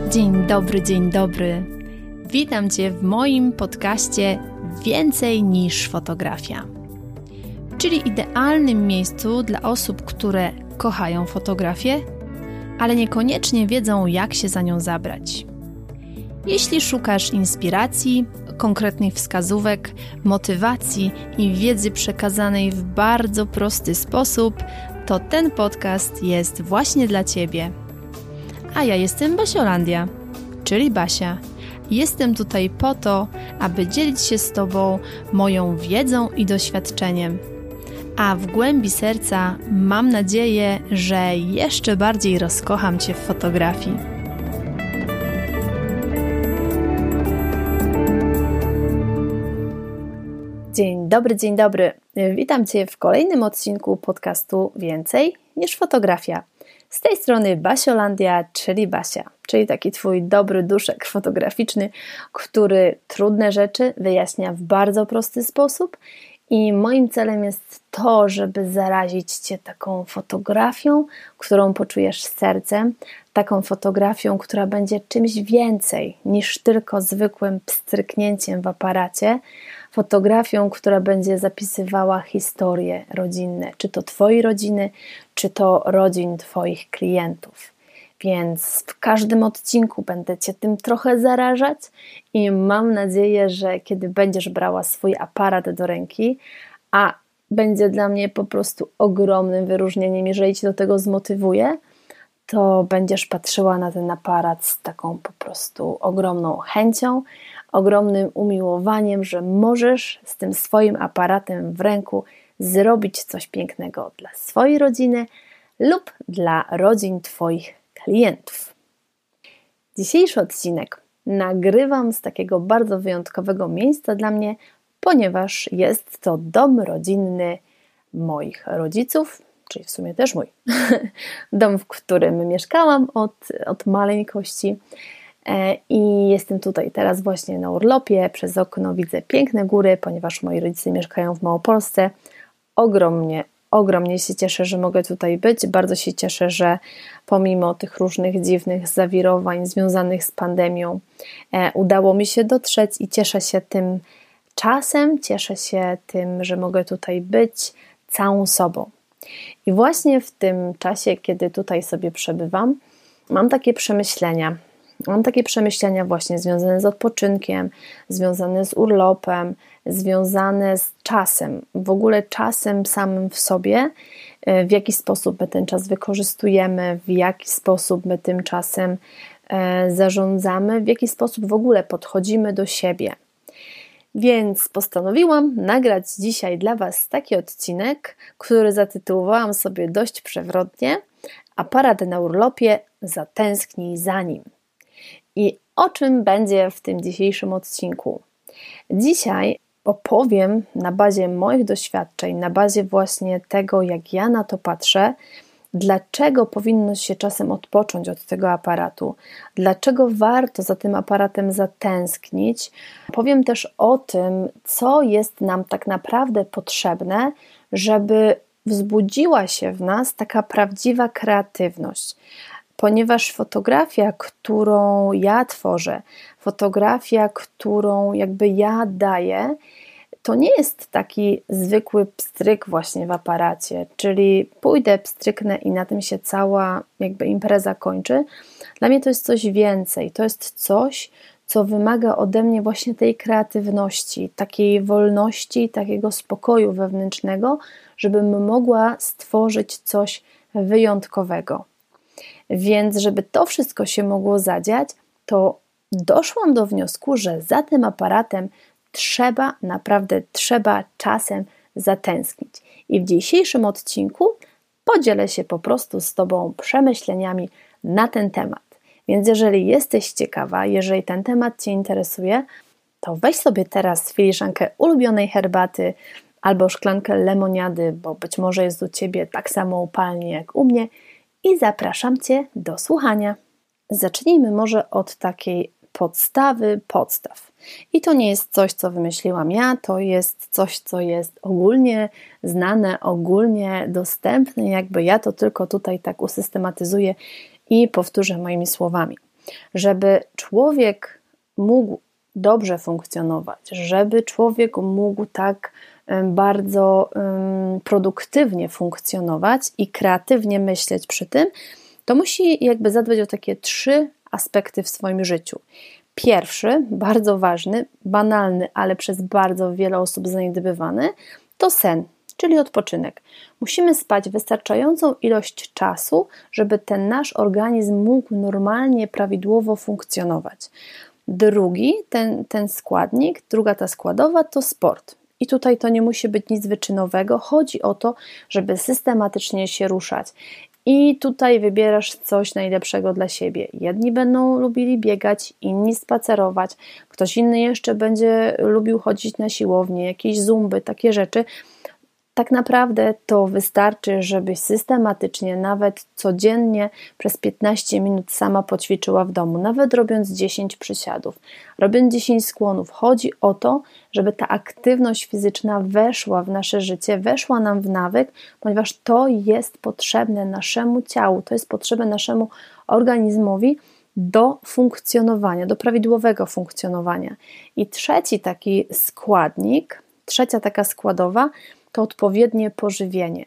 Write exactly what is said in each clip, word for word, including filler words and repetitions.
Dzień dobry, dzień dobry. Witam Cię w moim podcaście Więcej niż fotografia, czyli idealnym miejscu dla osób, które kochają fotografię, ale niekoniecznie wiedzą, jak się za nią zabrać. Jeśli szukasz inspiracji, konkretnych wskazówek, motywacji i wiedzy przekazanej w bardzo prosty sposób, to ten podcast jest właśnie dla Ciebie. A ja jestem Basiolandia, czyli Basia. Jestem tutaj po to, aby dzielić się z Tobą moją wiedzą i doświadczeniem. A w głębi serca mam nadzieję, że jeszcze bardziej rozkocham Cię w fotografii. Dzień dobry, dzień dobry. Witam Cię w kolejnym odcinku podcastu Więcej niż fotografia. Z tej strony Basiolandia, czyli Basia, czyli taki Twój dobry duszek fotograficzny, który trudne rzeczy wyjaśnia w bardzo prosty sposób i moim celem jest to, żeby zarazić Cię taką fotografią, którą poczujesz sercem, taką fotografią, która będzie czymś więcej niż tylko zwykłym pstryknięciem w aparacie, fotografią, która będzie zapisywała historie rodzinne, czy to Twojej rodziny, czy to rodzin Twoich klientów. Więc w każdym odcinku będę Cię tym trochę zarażać i mam nadzieję, że kiedy będziesz brała swój aparat do ręki, a będzie dla mnie po prostu ogromnym wyróżnieniem, jeżeli Cię do tego zmotywuje, to będziesz patrzyła na ten aparat z taką po prostu ogromną chęcią, ogromnym umiłowaniem, że możesz z tym swoim aparatem w ręku zrobić coś pięknego dla swojej rodziny lub dla rodzin Twoich klientów. Dzisiejszy odcinek nagrywam z takiego bardzo wyjątkowego miejsca dla mnie, ponieważ jest to dom rodzinny moich rodziców, czyli w sumie też mój. Dom, w którym mieszkałam od, od maleńkości. I jestem tutaj teraz właśnie na urlopie. Przez okno widzę piękne góry, ponieważ moi rodzice mieszkają w Małopolsce. Ogromnie, ogromnie się cieszę, że mogę tutaj być. Bardzo się cieszę, że pomimo tych różnych dziwnych zawirowań związanych z pandemią udało mi się dotrzeć i cieszę się tym czasem, cieszę się tym, że mogę tutaj być całą sobą. I właśnie w tym czasie, kiedy tutaj sobie przebywam, mam takie przemyślenia. Mam takie przemyślenia właśnie związane z odpoczynkiem, związane z urlopem, związane z czasem, w ogóle czasem samym w sobie, w jaki sposób my ten czas wykorzystujemy, w jaki sposób my tym czasem zarządzamy, w jaki sposób w ogóle podchodzimy do siebie. Więc postanowiłam nagrać dzisiaj dla Was taki odcinek, który zatytułowałam sobie dość przewrotnie: Aparat na urlopie, zatęsknij za nim. I o czym będzie w tym dzisiejszym odcinku? Dzisiaj opowiem na bazie moich doświadczeń, na bazie właśnie tego, jak ja na to patrzę, dlaczego powinno się czasem odpocząć od tego aparatu, dlaczego warto za tym aparatem zatęsknić. Powiem też o tym, co jest nam tak naprawdę potrzebne, żeby wzbudziła się w nas taka prawdziwa kreatywność. Ponieważ fotografia, którą ja tworzę, fotografia, którą jakby ja daję, to nie jest taki zwykły pstryk właśnie w aparacie, czyli pójdę, pstryknę i na tym się cała jakby impreza kończy. Dla mnie to jest coś więcej, to jest coś, co wymaga ode mnie właśnie tej kreatywności, takiej wolności, takiego spokoju wewnętrznego, żebym mogła stworzyć coś wyjątkowego. Więc żeby to wszystko się mogło zadziać, to doszłam do wniosku, że za tym aparatem trzeba, naprawdę trzeba czasem zatęsknić. I w dzisiejszym odcinku podzielę się po prostu z Tobą przemyśleniami na ten temat. Więc jeżeli jesteś ciekawa, jeżeli ten temat Cię interesuje, to weź sobie teraz filiżankę ulubionej herbaty albo szklankę lemoniady, bo być może jest u Ciebie tak samo upalnie jak u mnie, i zapraszam Cię do słuchania. Zacznijmy może od takiej podstawy podstaw. I to nie jest coś, co wymyśliłam ja, to jest coś, co jest ogólnie znane, ogólnie dostępne, jakby ja to tylko tutaj tak usystematyzuję i powtórzę moimi słowami. Żeby człowiek mógł dobrze funkcjonować, żeby człowiek mógł tak bardzo um, produktywnie funkcjonować i kreatywnie myśleć przy tym, to musi jakby zadbać o takie trzy aspekty w swoim życiu. Pierwszy, bardzo ważny, banalny, ale przez bardzo wiele osób zaniedbywany, to sen, czyli odpoczynek. Musimy spać wystarczającą ilość czasu, żeby ten nasz organizm mógł normalnie, prawidłowo funkcjonować. Drugi, ten, ten składnik, druga ta składowa to sport. I tutaj to nie musi być nic wyczynowego, chodzi o to, żeby systematycznie się ruszać. I tutaj wybierasz coś najlepszego dla siebie. Jedni będą lubili biegać, inni spacerować, ktoś inny jeszcze będzie lubił chodzić na siłownię, jakieś zumby, takie rzeczy. Tak naprawdę to wystarczy, żebyś systematycznie, nawet codziennie przez piętnaście minut sama poćwiczyła w domu, nawet robiąc dziesięć przysiadów, robiąc dziesięć skłonów. Chodzi o to, żeby ta aktywność fizyczna weszła w nasze życie, weszła nam w nawyk, ponieważ to jest potrzebne naszemu ciału, to jest potrzebne naszemu organizmowi do funkcjonowania, do prawidłowego funkcjonowania. I trzeci taki składnik, trzecia taka składowa, to odpowiednie pożywienie.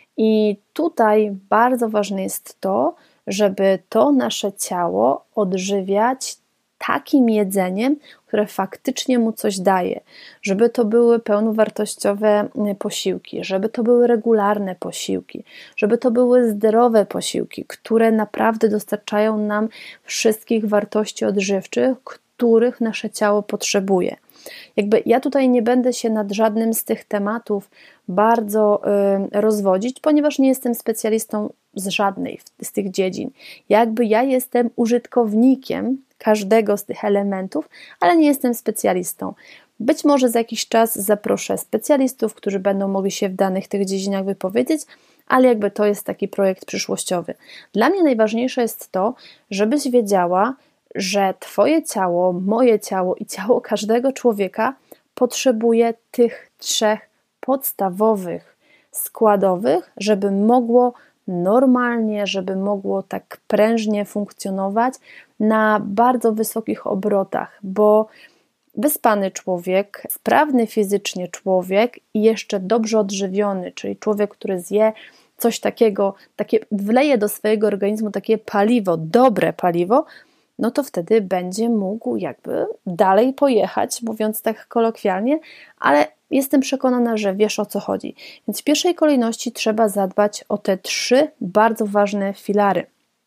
I tutaj bardzo ważne jest to, żeby to nasze ciało odżywiać takim jedzeniem, które faktycznie mu coś daje, żeby to były pełnowartościowe posiłki, żeby to były regularne posiłki, żeby to były zdrowe posiłki, które naprawdę dostarczają nam wszystkich wartości odżywczych, których nasze ciało potrzebuje. Jakby ja tutaj nie będę się nad żadnym z tych tematów bardzo y, rozwodzić, ponieważ nie jestem specjalistą z żadnej z tych dziedzin. Jakby ja jestem użytkownikiem każdego z tych elementów, ale nie jestem specjalistą. Być może za jakiś czas zaproszę specjalistów, którzy będą mogli się w danych tych dziedzinach wypowiedzieć, ale jakby to jest taki projekt przyszłościowy. Dla mnie najważniejsze jest to, żebyś wiedziała, że Twoje ciało, moje ciało i ciało każdego człowieka potrzebuje tych trzech podstawowych składowych, żeby mogło normalnie, żeby mogło tak prężnie funkcjonować na bardzo wysokich obrotach, bo wyspany człowiek, sprawny fizycznie człowiek i jeszcze dobrze odżywiony, czyli człowiek, który zje coś takiego, takie wleje do swojego organizmu takie paliwo, dobre paliwo, no to wtedy będzie mógł jakby dalej pojechać, mówiąc tak kolokwialnie, ale jestem przekonana, że wiesz, o co chodzi. Więc w pierwszej kolejności trzeba zadbać o te trzy bardzo ważne filary.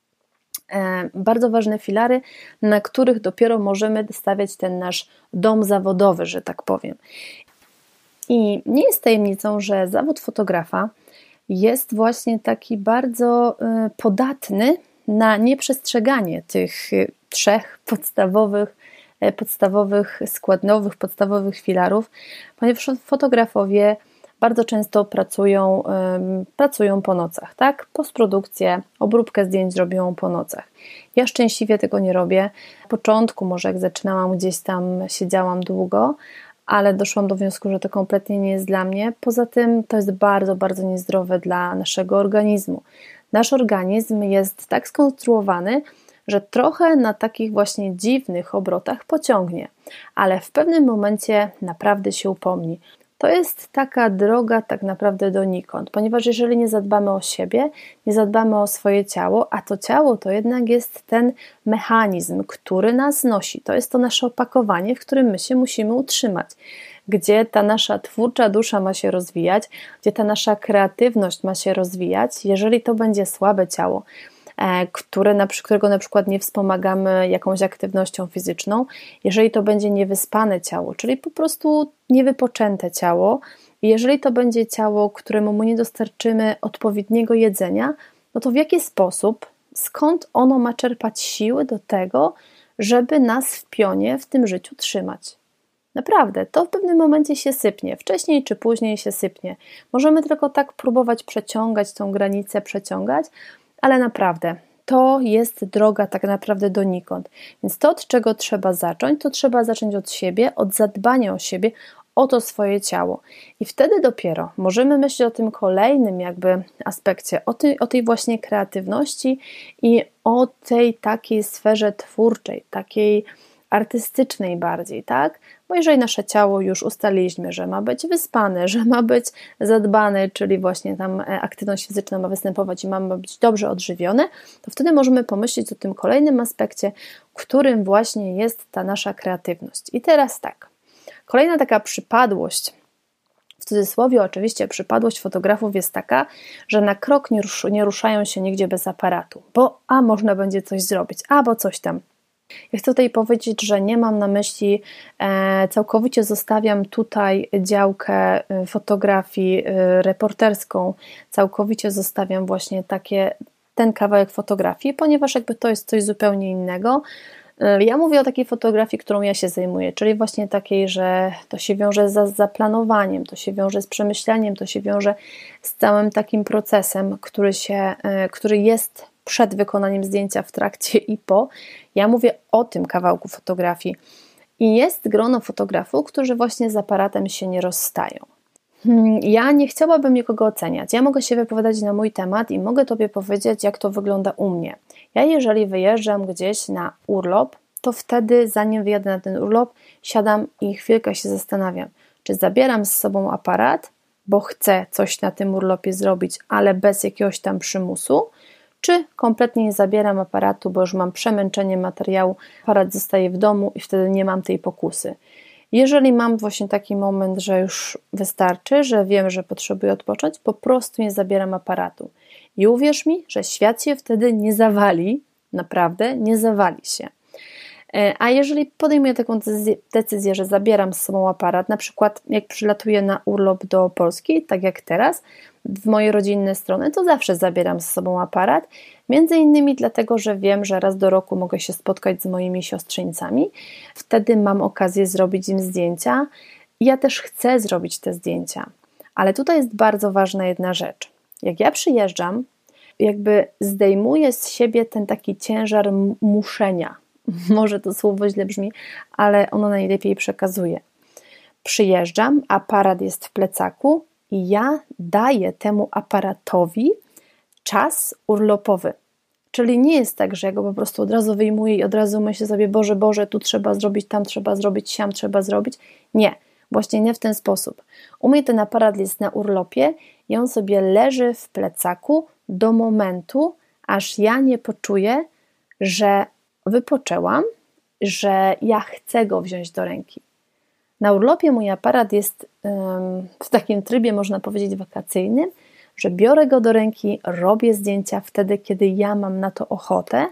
E, bardzo ważne filary, na których dopiero możemy stawiać ten nasz dom zawodowy, że tak powiem. I nie jest tajemnicą, że zawód fotografa jest właśnie taki bardzo y, podatny na nieprzestrzeganie tych trzech podstawowych, podstawowych składowych, podstawowych filarów, ponieważ fotografowie bardzo często pracują, um, pracują po nocach, tak? Postprodukcję, obróbkę zdjęć robią po nocach. Ja szczęśliwie tego nie robię. Na początku, może jak zaczynałam, gdzieś tam siedziałam długo, ale doszłam do wniosku, że to kompletnie nie jest dla mnie. Poza tym to jest bardzo, bardzo niezdrowe dla naszego organizmu. Nasz organizm jest tak skonstruowany, że trochę na takich właśnie dziwnych obrotach pociągnie, ale w pewnym momencie naprawdę się upomni. To jest taka droga tak naprawdę donikąd, ponieważ jeżeli nie zadbamy o siebie, nie zadbamy o swoje ciało, a to ciało to jednak jest ten mechanizm, który nas nosi. To jest to nasze opakowanie, w którym my się musimy utrzymać, gdzie ta nasza twórcza dusza ma się rozwijać, gdzie ta nasza kreatywność ma się rozwijać. Jeżeli to będzie słabe ciało, które na, którego na przykład nie wspomagamy jakąś aktywnością fizyczną, jeżeli to będzie niewyspane ciało, czyli po prostu niewypoczęte ciało, jeżeli to będzie ciało, któremu mu nie dostarczymy odpowiedniego jedzenia, no to w jaki sposób, skąd ono ma czerpać siły do tego, żeby nas w pionie w tym życiu trzymać? Naprawdę, to w pewnym momencie się sypnie, wcześniej czy później się sypnie. Możemy tylko tak próbować przeciągać tą granicę, przeciągać, ale naprawdę to jest droga tak naprawdę donikąd. Więc to, od czego trzeba zacząć, to trzeba zacząć od siebie, od zadbania o siebie, o to swoje ciało. I wtedy dopiero możemy myśleć o tym kolejnym jakby aspekcie, o tej, o tej właśnie kreatywności i o tej takiej sferze twórczej, takiej artystycznej bardziej, tak? Bo jeżeli nasze ciało już ustaliliśmy, że ma być wyspane, że ma być zadbane, czyli właśnie tam aktywność fizyczna ma występować i ma być dobrze odżywione, to wtedy możemy pomyśleć o tym kolejnym aspekcie, którym właśnie jest ta nasza kreatywność. I teraz tak, kolejna taka przypadłość, w cudzysłowie oczywiście przypadłość fotografów jest taka, że na krok nie, rusz, nie ruszają się nigdzie bez aparatu, bo a można będzie coś zrobić, a bo coś tam. Ja chcę tutaj powiedzieć, że nie mam na myśli, e, całkowicie zostawiam tutaj działkę fotografii e, reporterską, całkowicie zostawiam właśnie takie, ten kawałek fotografii, ponieważ jakby to jest coś zupełnie innego. E, ja mówię o takiej fotografii, którą ja się zajmuję, czyli właśnie takiej, że to się wiąże z zaplanowaniem, to się wiąże z przemyśleniem, to się wiąże z całym takim procesem, który, się, e, który jest przed wykonaniem zdjęcia, w trakcie i po. Ja mówię o tym kawałku fotografii. I jest grono fotografów, którzy właśnie z aparatem się nie rozstają. Ja nie chciałabym nikogo oceniać. Ja mogę się wypowiadać na mój temat i mogę Tobie powiedzieć, jak to wygląda u mnie. Ja jeżeli wyjeżdżam gdzieś na urlop, to wtedy zanim wyjadę na ten urlop, siadam i chwilkę się zastanawiam, czy zabieram z sobą aparat, bo chcę coś na tym urlopie zrobić, ale bez jakiegoś tam przymusu, czy kompletnie nie zabieram aparatu, bo już mam przemęczenie materiału, aparat zostaje w domu i wtedy nie mam tej pokusy. Jeżeli mam właśnie taki moment, że już wystarczy, że wiem, że potrzebuję odpocząć, po prostu nie zabieram aparatu. I uwierz mi, że świat się wtedy nie zawali, naprawdę nie zawali się. A jeżeli podejmuję taką decyzję, że zabieram z sobą aparat, na przykład jak przylatuję na urlop do Polski, tak jak teraz, w moje rodzinne strony, to zawsze zabieram z sobą aparat, między innymi dlatego, że wiem, że raz do roku mogę się spotkać z moimi siostrzeńcami, wtedy mam okazję zrobić im zdjęcia i ja też chcę zrobić te zdjęcia, ale tutaj jest bardzo ważna jedna rzecz. Jak ja przyjeżdżam, jakby zdejmuję z siebie ten taki ciężar muszenia. Może to słowo źle brzmi, ale ono najlepiej przekazuje. Przyjeżdżam, aparat jest w plecaku i ja daję temu aparatowi czas urlopowy. Czyli nie jest tak, że ja go po prostu od razu wyjmuję i od razu myślę sobie, Boże, Boże, tu trzeba zrobić, tam trzeba zrobić, siam trzeba zrobić. Nie, właśnie nie w ten sposób. U mnie ten aparat jest na urlopie i on sobie leży w plecaku do momentu, aż ja nie poczuję, że wypoczęłam, że ja chcę go wziąć do ręki. Na urlopie mój aparat jest um, w takim trybie, można powiedzieć, wakacyjnym, że biorę go do ręki, robię zdjęcia wtedy, kiedy ja mam na to ochotę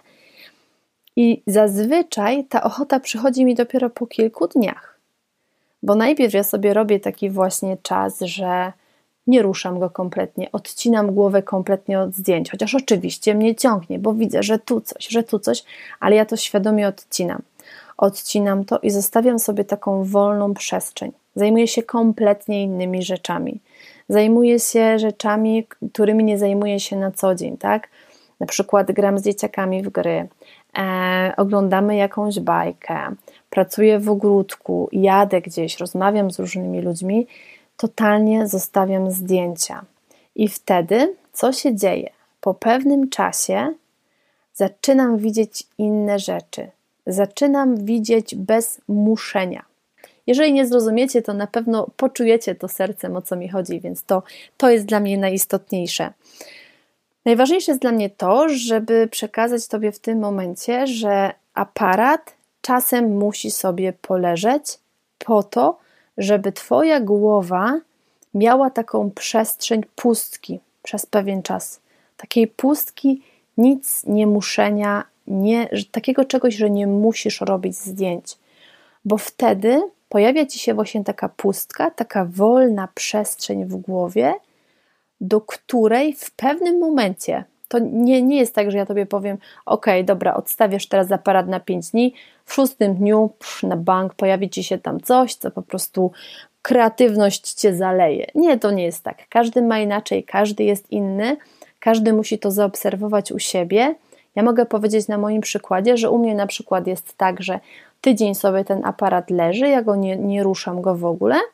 i zazwyczaj ta ochota przychodzi mi dopiero po kilku dniach, bo najpierw ja sobie robię taki właśnie czas, że nie ruszam go kompletnie, odcinam głowę kompletnie od zdjęć, chociaż oczywiście mnie ciągnie, bo widzę, że tu coś, że tu coś, ale ja to świadomie odcinam. Odcinam to i zostawiam sobie taką wolną przestrzeń. Zajmuję się kompletnie innymi rzeczami. Zajmuję się rzeczami, którymi nie zajmuję się na co dzień, tak? Na przykład gram z dzieciakami w gry, e, oglądamy jakąś bajkę, pracuję w ogródku, jadę gdzieś, rozmawiam z różnymi ludźmi, totalnie zostawiam zdjęcia. I wtedy, co się dzieje? Po pewnym czasie zaczynam widzieć inne rzeczy. Zaczynam widzieć bez muszenia. Jeżeli nie zrozumiecie, to na pewno poczujecie to sercem, o co mi chodzi, więc to, to jest dla mnie najistotniejsze. Najważniejsze jest dla mnie to, żeby przekazać Tobie w tym momencie, że aparat czasem musi sobie poleżeć po to, żeby Twoja głowa miała taką przestrzeń pustki przez pewien czas. Takiej pustki, nic nie muszenia, nie, takiego czegoś, że nie musisz robić zdjęć. Bo wtedy pojawia Ci się właśnie taka pustka, taka wolna przestrzeń w głowie, do której w pewnym momencie, to nie, nie jest tak, że ja Tobie powiem, ok, dobra, odstawiasz teraz aparat na pięć dni, w szóstym dniu psz, na bank pojawi Ci się tam coś, co po prostu kreatywność Cię zaleje. Nie, to nie jest tak. Każdy ma inaczej, każdy jest inny, każdy musi to zaobserwować u siebie. Ja mogę powiedzieć na moim przykładzie, że u mnie na przykład jest tak, że tydzień sobie ten aparat leży, ja go nie, nie ruszam go w ogóle,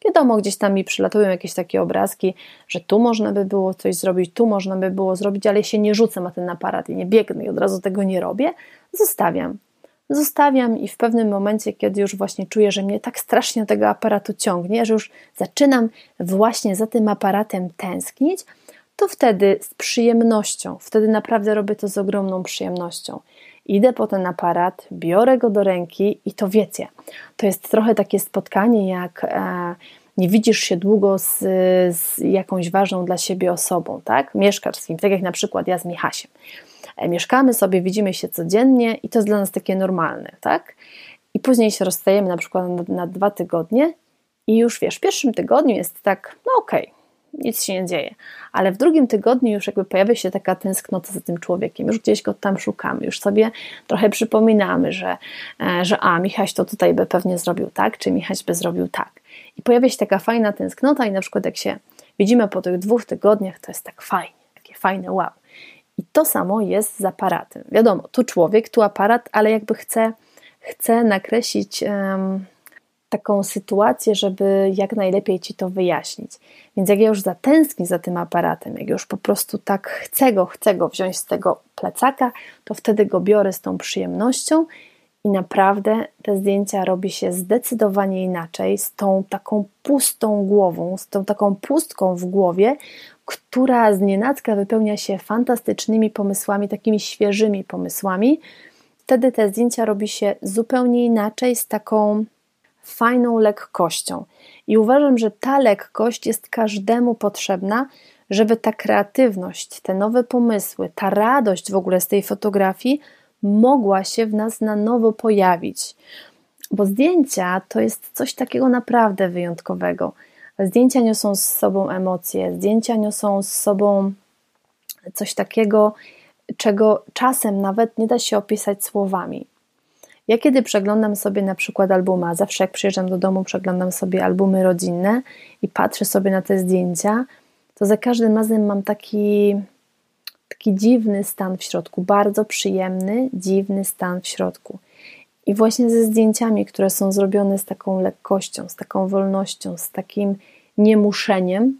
Wiadomo, gdzieś tam mi przylatują jakieś takie obrazki, że tu można by było coś zrobić, tu można by było zrobić, ale się nie rzucam na ten aparat i nie biegnę i od razu tego nie robię. Zostawiam. Zostawiam i w pewnym momencie, kiedy już właśnie czuję, że mnie tak strasznie do tego aparatu ciągnie, że już zaczynam właśnie za tym aparatem tęsknić, to wtedy z przyjemnością, wtedy naprawdę robię to z ogromną przyjemnością. Idę po ten aparat, biorę go do ręki i to wiecie, to jest trochę takie spotkanie, jak e, nie widzisz się długo z, z jakąś ważną dla siebie osobą, tak? Mieszkasz z kim, tak jak na przykład ja z Michasiem. E, mieszkamy sobie, widzimy się codziennie i to jest dla nas takie normalne, tak? I później się rozstajemy na przykład na, na dwa tygodnie i już wiesz, w pierwszym tygodniu jest tak, no okej, okay, nic się nie dzieje, ale w drugim tygodniu już jakby pojawia się taka tęsknota za tym człowiekiem, już gdzieś go tam szukamy, już sobie trochę przypominamy, że, że a, Michaś to tutaj by pewnie zrobił tak, czy Michaś by zrobił tak. I pojawia się taka fajna tęsknota i na przykład jak się widzimy po tych dwóch tygodniach, to jest tak fajnie, takie fajne wow. I to samo jest z aparatem. Wiadomo, tu człowiek, tu aparat, ale jakby chce, chce nakreślić um, taką sytuację, żeby jak najlepiej Ci to wyjaśnić. Więc jak ja już zatęsknię za tym aparatem, jak już po prostu tak chcę go, chcę go wziąć z tego plecaka, to wtedy go biorę z tą przyjemnością i naprawdę te zdjęcia robi się zdecydowanie inaczej, z tą taką pustą głową, z tą taką pustką w głowie, która znienacka wypełnia się fantastycznymi pomysłami, takimi świeżymi pomysłami. Wtedy te zdjęcia robi się zupełnie inaczej, z taką fajną lekkością. I uważam, że ta lekkość jest każdemu potrzebna, żeby ta kreatywność, te nowe pomysły, ta radość w ogóle z tej fotografii mogła się w nas na nowo pojawić. Bo zdjęcia to jest coś takiego naprawdę wyjątkowego. Zdjęcia niosą z sobą emocje, zdjęcia niosą z sobą coś takiego, czego czasem nawet nie da się opisać słowami. Ja kiedy przeglądam sobie na przykład albuma, zawsze jak przyjeżdżam do domu, przeglądam sobie albumy rodzinne i patrzę sobie na te zdjęcia, to za każdym razem mam taki, taki dziwny stan w środku, bardzo przyjemny, dziwny stan w środku. I właśnie ze zdjęciami, które są zrobione z taką lekkością, z taką wolnością, z takim niemuszeniem,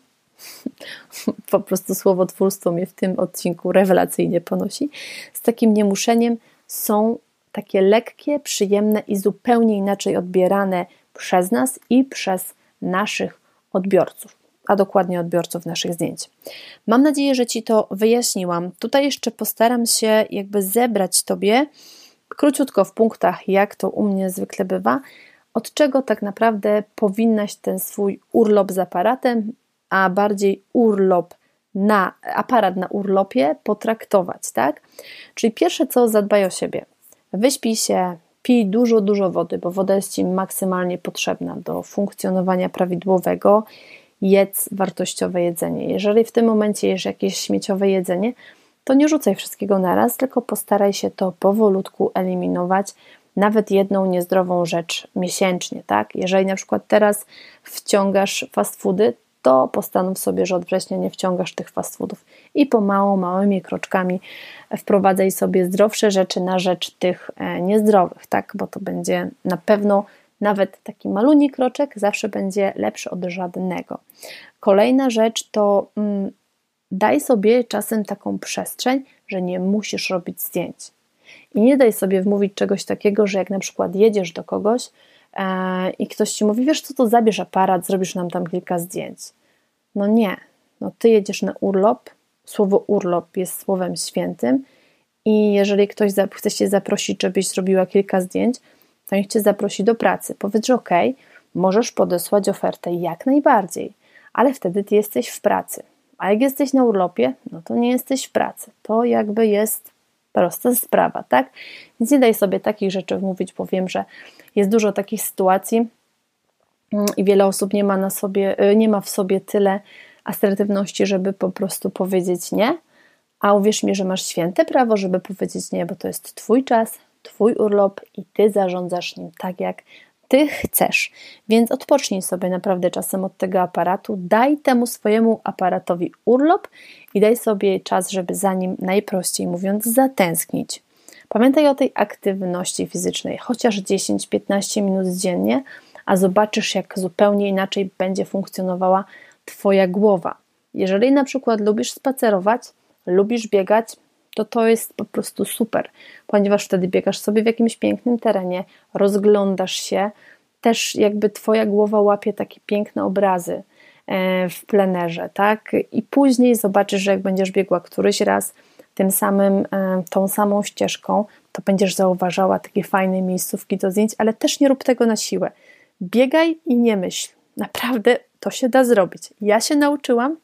po prostu słowotwórstwo mnie w tym odcinku rewelacyjnie ponosi, z takim niemuszeniem są takie lekkie, przyjemne i zupełnie inaczej odbierane przez nas i przez naszych odbiorców, a dokładnie odbiorców naszych zdjęć. Mam nadzieję, że Ci to wyjaśniłam. Tutaj jeszcze postaram się jakby zebrać Tobie króciutko w punktach, jak to u mnie zwykle bywa, od czego tak naprawdę powinnaś ten swój urlop z aparatem, a bardziej urlop na aparat na urlopie potraktować, tak? Czyli pierwsze co, zadbaj o siebie. Wyśpij się, pij dużo, dużo wody, bo woda jest Ci maksymalnie potrzebna do funkcjonowania prawidłowego. Jedz wartościowe jedzenie. Jeżeli w tym momencie jesz jakieś śmieciowe jedzenie, to nie rzucaj wszystkiego naraz, tylko postaraj się to powolutku eliminować, nawet jedną niezdrową rzecz miesięcznie, tak? Jeżeli na przykład teraz wciągasz fast foody, to postanów sobie, że od września nie wciągasz tych fast foodów i pomału, małymi kroczkami wprowadzaj sobie zdrowsze rzeczy na rzecz tych niezdrowych, tak? Bo to będzie na pewno nawet taki maluni kroczek zawsze będzie lepszy od żadnego. Kolejna rzecz to mm, daj sobie czasem taką przestrzeń, że nie musisz robić zdjęć. I nie daj sobie wmówić czegoś takiego, że jak na przykład jedziesz do kogoś e, i ktoś Ci mówi, wiesz co, to zabierz aparat, zrobisz nam tam kilka zdjęć. No nie, no Ty jedziesz na urlop, słowo urlop jest słowem świętym i jeżeli ktoś chce Cię zaprosić, żebyś zrobiła kilka zdjęć, to niech Cię zaprosi do pracy. Powiedz, że okej, okay, możesz podesłać ofertę jak najbardziej, ale wtedy Ty jesteś w pracy. A jak jesteś na urlopie, no to nie jesteś w pracy. To jakby jest prosta sprawa, tak? Więc nie daj sobie takich rzeczy wmówić, bo wiem, że jest dużo takich sytuacji i wiele osób nie ma, na sobie, nie ma w sobie tyle asertywności, żeby po prostu powiedzieć nie, a uwierz mi, że masz święte prawo, żeby powiedzieć nie, bo to jest Twój czas, Twój urlop i Ty zarządzasz nim tak, jak Ty chcesz. Więc odpocznij sobie naprawdę czasem od tego aparatu, daj temu swojemu aparatowi urlop i daj sobie czas, żeby za nim, najprościej mówiąc, zatęsknić. Pamiętaj o tej aktywności fizycznej, chociaż dziesięć do piętnastu minut dziennie, a zobaczysz, jak zupełnie inaczej będzie funkcjonowała Twoja głowa. Jeżeli na przykład lubisz spacerować, lubisz biegać, to to jest po prostu super, ponieważ wtedy biegasz sobie w jakimś pięknym terenie, rozglądasz się, też jakby Twoja głowa łapie takie piękne obrazy w plenerze, tak? I później zobaczysz, że jak będziesz biegła któryś raz tym samym, tą samą ścieżką, to będziesz zauważała takie fajne miejscówki do zdjęć, ale też nie rób tego na siłę. Biegaj i nie myśl. Naprawdę to się da zrobić. Ja się nauczyłam,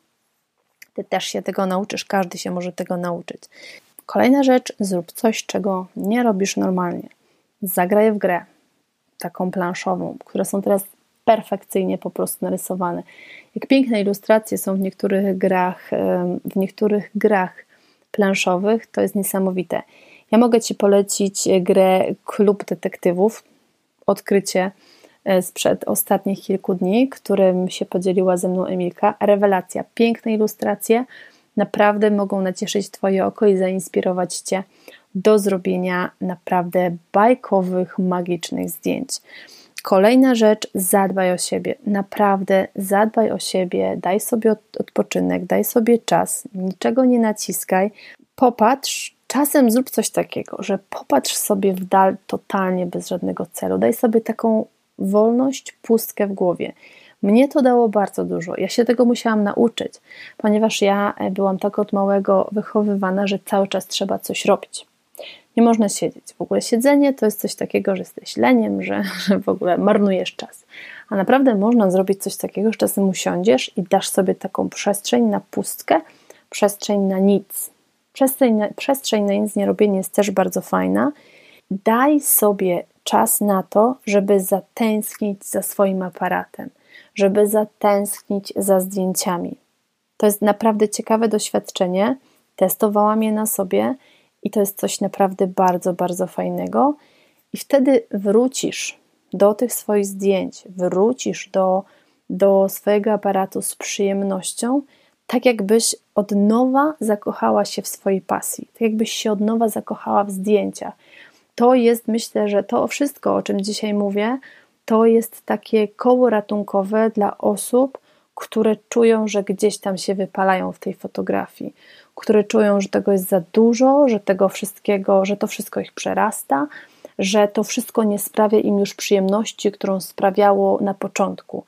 Ty też się tego nauczysz, każdy się może tego nauczyć. Kolejna rzecz, zrób coś, czego nie robisz normalnie. Zagraj w grę, taką planszową, które są teraz perfekcyjnie po prostu narysowane. Jak piękne ilustracje są w niektórych grach, w niektórych grach planszowych, to jest niesamowite. Ja mogę Ci polecić grę Klub Detektywów, odkrycie sprzed ostatnich kilku dni, którym się podzieliła ze mną Emilka. Rewelacja, piękne ilustracje, naprawdę mogą nacieszyć Twoje oko i zainspirować Cię do zrobienia naprawdę bajkowych, magicznych zdjęć. Kolejna rzecz, zadbaj o siebie, naprawdę zadbaj o siebie, daj sobie odpoczynek, daj sobie czas, niczego nie naciskaj, popatrz, czasem zrób coś takiego, że popatrz sobie w dal totalnie bez żadnego celu, daj sobie taką wolność, pustkę w głowie. Mnie to dało bardzo dużo, ja się tego musiałam nauczyć, ponieważ ja byłam tak od małego wychowywana, że cały czas trzeba coś robić. Nie można siedzieć. W ogóle siedzenie to jest coś takiego, że jesteś leniem, że, że w ogóle marnujesz czas. A naprawdę można zrobić coś takiego, że czasem usiądziesz i dasz sobie taką przestrzeń na pustkę, przestrzeń na nic. Przestrzeń na, przestrzeń na nic nie robienie jest też bardzo fajna. Daj sobie czas na to, żeby zatęsknić za swoim aparatem, żeby zatęsknić za zdjęciami. To jest naprawdę ciekawe doświadczenie. Testowałam je na sobie i to jest coś naprawdę bardzo, bardzo fajnego. I wtedy wrócisz do tych swoich zdjęć, wrócisz do, do swojego aparatu z przyjemnością, tak jakbyś od nowa zakochała się w swojej pasji, tak jakbyś się od nowa zakochała w zdjęciach. To jest, myślę, że to wszystko, o czym dzisiaj mówię, to jest takie koło ratunkowe dla osób, które czują, że gdzieś tam się wypalają w tej fotografii, które czują, że tego jest za dużo, że tego wszystkiego, że to wszystko ich przerasta, że to wszystko nie sprawia im już przyjemności, którą sprawiało na początku.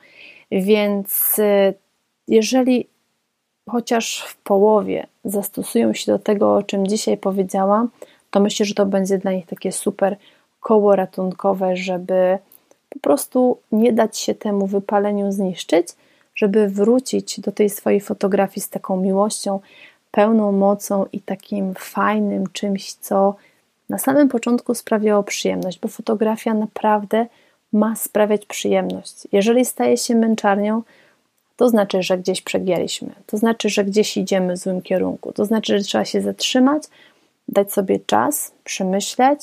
Więc jeżeli chociaż w połowie zastosują się do tego, o czym dzisiaj powiedziałam, to myślę, że to będzie dla nich takie super koło ratunkowe, żeby po prostu nie dać się temu wypaleniu zniszczyć, żeby wrócić do tej swojej fotografii z taką miłością, pełną mocą i takim fajnym czymś, co na samym początku sprawiało przyjemność, bo fotografia naprawdę ma sprawiać przyjemność. Jeżeli staje się męczarnią, to znaczy, że gdzieś przegięliśmy, to znaczy, że gdzieś idziemy w złym kierunku, to znaczy, że trzeba się zatrzymać, dać sobie czas, przemyśleć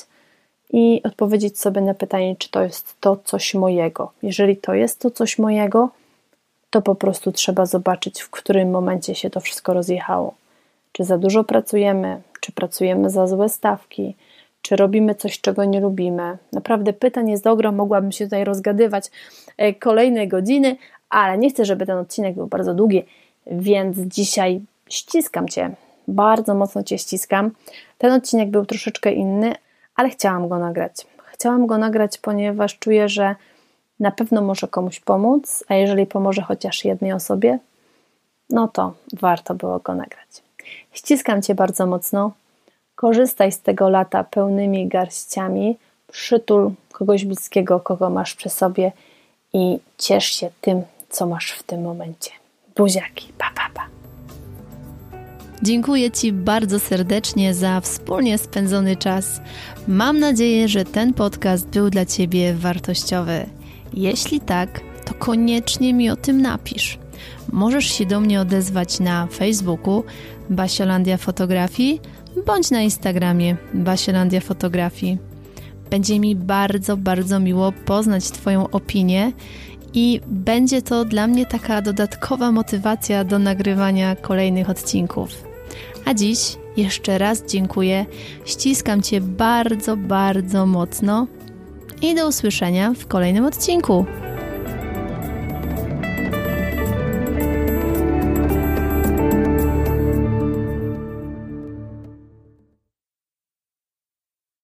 i odpowiedzieć sobie na pytanie, czy to jest to coś mojego. Jeżeli to jest to coś mojego, to po prostu trzeba zobaczyć, w którym momencie się to wszystko rozjechało. Czy za dużo pracujemy, czy pracujemy za złe stawki, czy robimy coś, czego nie lubimy. Naprawdę pytań jest ogrom, mogłabym się tutaj rozgadywać kolejne godziny, ale nie chcę, żeby ten odcinek był bardzo długi, więc dzisiaj ściskam Cię, bardzo mocno Cię ściskam. Ten odcinek był troszeczkę inny, ale chciałam go nagrać. Chciałam go nagrać, ponieważ czuję, że na pewno może komuś pomóc, a jeżeli pomoże chociaż jednej osobie, no to warto było go nagrać. Ściskam Cię bardzo mocno, korzystaj z tego lata pełnymi garściami, przytul kogoś bliskiego, kogo masz przy sobie i ciesz się tym, co masz w tym momencie. Buziaki, pa, pa, pa. Dziękuję Ci bardzo serdecznie za wspólnie spędzony czas. Mam nadzieję, że ten podcast był dla Ciebie wartościowy. Jeśli tak, to koniecznie mi o tym napisz. Możesz się do mnie odezwać na Facebooku Basiolandia Fotografii bądź na Instagramie Basiolandia Fotografii. Będzie mi bardzo, bardzo miło poznać Twoją opinię i będzie to dla mnie taka dodatkowa motywacja do nagrywania kolejnych odcinków. A dziś jeszcze raz dziękuję, ściskam Cię bardzo, bardzo mocno i do usłyszenia w kolejnym odcinku.